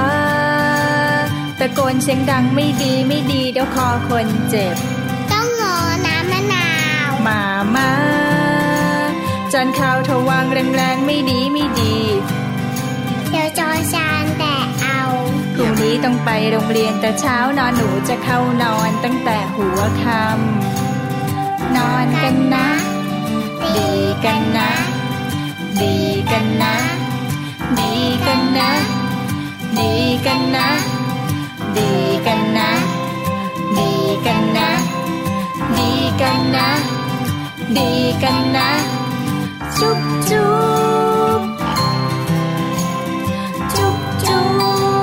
ตะโกนเสียงดังไม่ดีเดี๋ยวคอคนเจ็บต้องงอน้ำมะนาวมาจานข้าวทวางแรงๆไม่ดีเดี๋ยวจอชานแต่เอาพรุ่งนี้ต้องไปโรงเรียนแต่เช้านอนหนูจะเข้านอนตั้งแต่หัวค่ำนอนกันนะดีกันนะดีกันนะดีกันนะดีกันนะดีกันนะดีกันนะดีกันนะดีกันนะจุ๊บจุ๊บจุ๊บจุ๊บ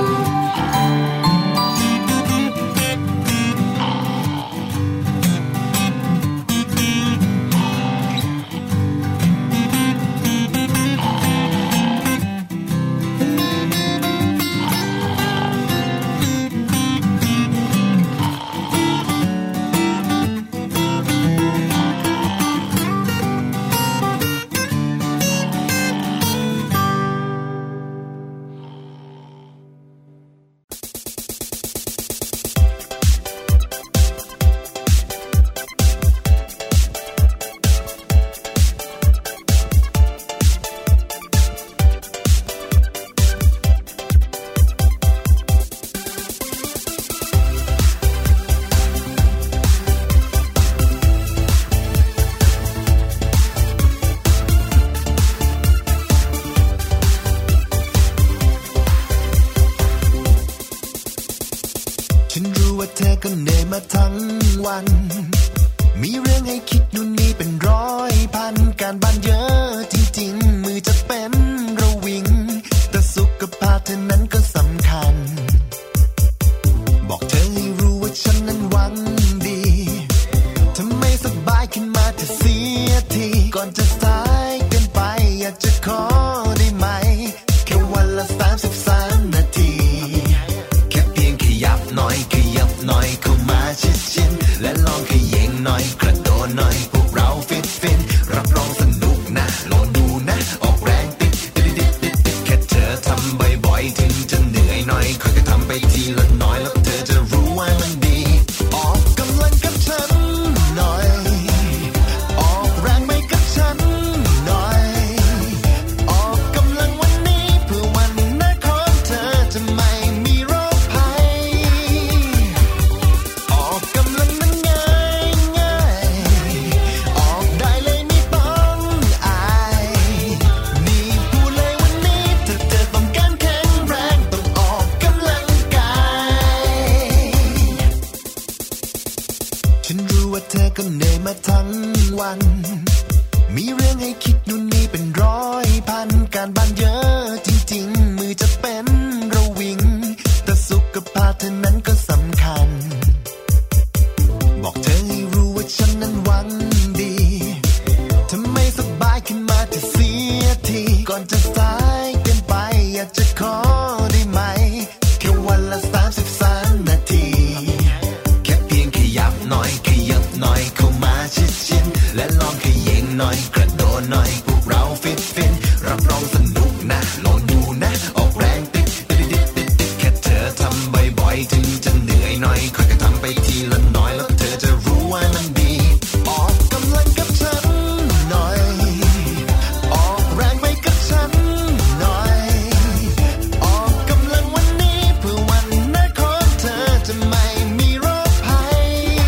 ทั้งวันมีเรื่องให้คิดนู่นนี่เป็นร้อยพันการบ้านเยอะจริงๆมือจะเป็นระวิงแต่สุขภาพเธอนั้นก็สำคัญบอกเธอให้รู้ว่าฉันนั้นหวังดีถ้าไม่สบายขึ้นมาเธอเสียทีก่อนจะสายเกินไปอยากจะขอได้ไหมแค่วันละ33 นาทีแค่เพียงขยับหน่อยเข้ามาชิดๆและลองขย่งหน่อยกระโดดหน่อยพวกเราฟินรับรองสนุกนะลองดูนะออกแรงติดแค่เธอทำบ่อยๆถึงจะเหนื่อยหน่อยค่อยๆทำไปทีละน้อยแล้วเธอจะรู้ว่ามันดีออกกำลังกับฉันหน่อยออกแรงไปกับฉันหน่อยออกกำลังวันนี้เพื่อวันหน้าของเธอจะไม่มีโรคภัยออกกำลังนั้นง่ายออกได้เลยไม่ต้องอายนี่พูดเลยวันนี้ถ้าเธอต้องการแข็งแรงต้องออกกำลังกายฉันรู้ว่าเธอก็เหนื่อยมาทั้งวันมีเรื่องให้คิดนู่นนี่เป็นร้อยพันการบ้านเยอะจริงๆมือจะเป็นระวิงแต่สุขภาพเธอนั้นก็สำคัญบอกเธอให้รู้ว่าฉันนั้นหวังดีถ้าไม่สบายขึ้นมาเธอเสียทีก่อนจะสายเกินไปอยากจะขอได้ไหมหน่อยกระโดดหน่อยพวกเราฟิตฟินรับรองสนุกนะลองดูนะออกแรงติ๊กติ๊กติ๊กติ๊กติ๊กแค่เธอทำบ่อยๆถึงจะเหนื่อยหน่อยค่อยๆทำไปทีละน้อยแล้วเธอจะรู้ว่ามันดีออกกำลังกับฉันหน่อยออกแรงไปกับฉันหน่อยออกกำลังวันนี้เพื่อวันหน้าของเธอจะไม่มีโรคภัย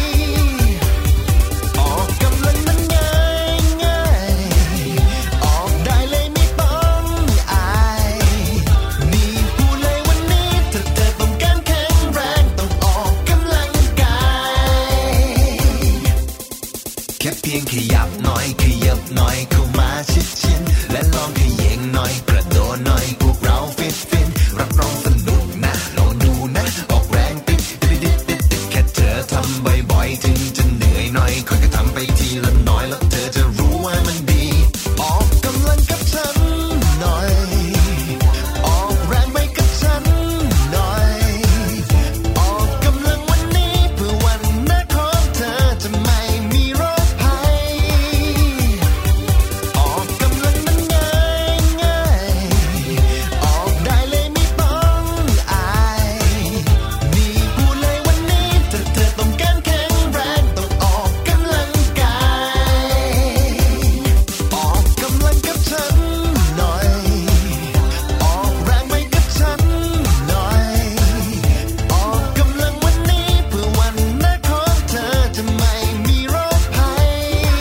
ออกกำลังมันง่ายออกได้เลยไม่ต้องอายนี่พูดเลยวันนี้ถ้าเธอต้องการแข็งแรงต้องออกกำลังกายแค่เพียงขยับหน่อยขยับหน่อยเข้ามาชิดๆและลองขย่งหน่อยกระโดดหน่อยพวกเราฟิตฟินรับรองสนุกนะลองดูนะออกแรงติ๊กติ๊กติ๊กติ๊กติ๊กแค่เธอทำบ่อยๆถึงจะเหนื่อยหน่อยค่อยๆทำไปทีละน้อยแล้วเธอจะรู้ว่ามันดีออกกำลังกับฉันหน่อยออกแรงไปกับฉันหน่อยออกกำลังวันนี้เพื่อวันหน้าของเธอจะไม่มีโรคภัยออกกำลังมันง่ายออกได้เลยไม่ต้องอายนี่พูดเลยวันนี้ถ้าเธอต้องการแข็งแรงต้องออกกำลังกายออกกำลังกับฉันหน่อยออกแรงไปกับฉันหน่อยออกกำลังวันนี้เพื่อวันหน้าของเธอจะไม่มีโรคภัย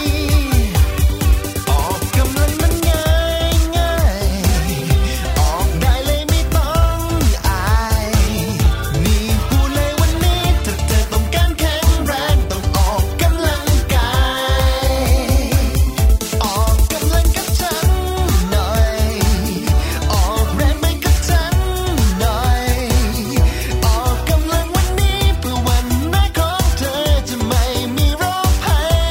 ออกกำลังมันง่ายออกได้เลยไม่ต้องอายนี่พูดเลยวันนี้ถ้าเธอต้องการแข็งแรงต้องออกกำลังกายออกกำลังกับฉันหน่อยออกแรงไปกับฉันหน่อยออกกำลังวันนี้เพื่อวันหน้าของเธอจะไม่มีโรคภัย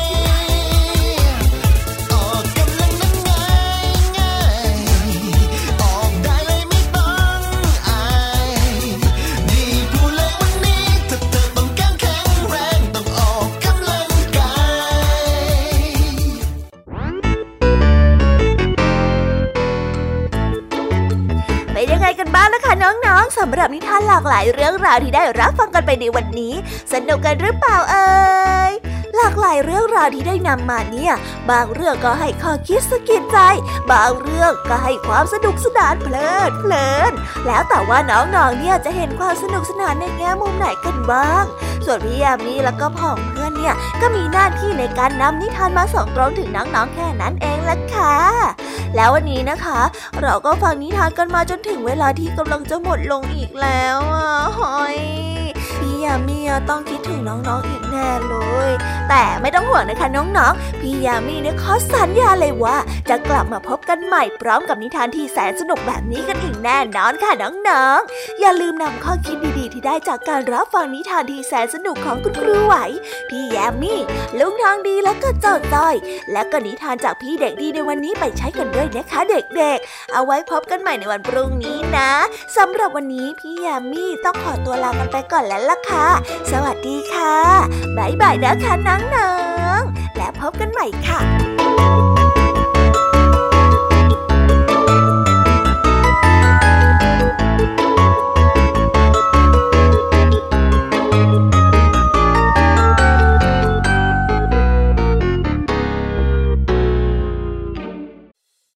ออกกำลังนั้นง่ายออกได้เลยไม่ต้องอายนี่พูดเลยวันนี้ถ้าเธอต้องการแข็งแรงต้องออกกำลังกายเป็นยังไงกันบ้างนะคะน้องๆสำหรับนิทานหลากหลายเรื่องราวที่ได้รับฟังกันไปในวันนี้สนุกกันหรือเปล่าเอ่ยหลากหลายเรื่องราวที่ได้นำมาเนี่ยบางเรื่องก็ให้ข้อคิดสะกิดใจบางเรื่องก็ให้ความสนุกสนานเพลิดแล้วแต่ว่าน้องๆเนี่ยจะเห็นความสนุกสนานในแง่มุมไหนกันบ้างส่วนพี่ยามีแล้วก็พ่องเพื่อนเนี่ยก็มีหน้าที่ในการนำนิทานมาส่งตรงถึงน้องๆแค่นั้นเองล่ะค่ะแล้ววันนี้นะคะเราก็ฟังนิทานกันมาจนถึงเวลาที่กำลังจะหมดลงอีกแล้วหอยพี่ยามีต้องคิดถึงน้องๆอีกแน่เลยแต่ไม่ต้องห่วงนะคะน้องๆพี่ยามีเนี่ยขอสัญญาเลยว่าจะกลับมาพบกันใหม่พร้อมกับนิทานที่แสนสนุกแบบนี้กันอีกแน่นอนค่ะน้องๆอย่าลืมนำข้อคิดดีๆที่ได้จากการรับฟังนิทานที่แสนสนุกของคุณครูไหวพี่ยามีลุงทองดีและก็เจ้าจ้อยและก็นิทานจากพี่เด็กดีในวันนี้ไปใช้กันด้วยนะคะเด็กๆเอาไว้พบกันใหม่ในวันพรุ่งนี้นะสำหรับวันนี้พี่ยามีต้องขอตัวลากันไปก่อนแล้วล่ะค่ะสวัสดีค่ะบ๊ายบายนะคะน้องๆและพบกันใหม่ค่ะ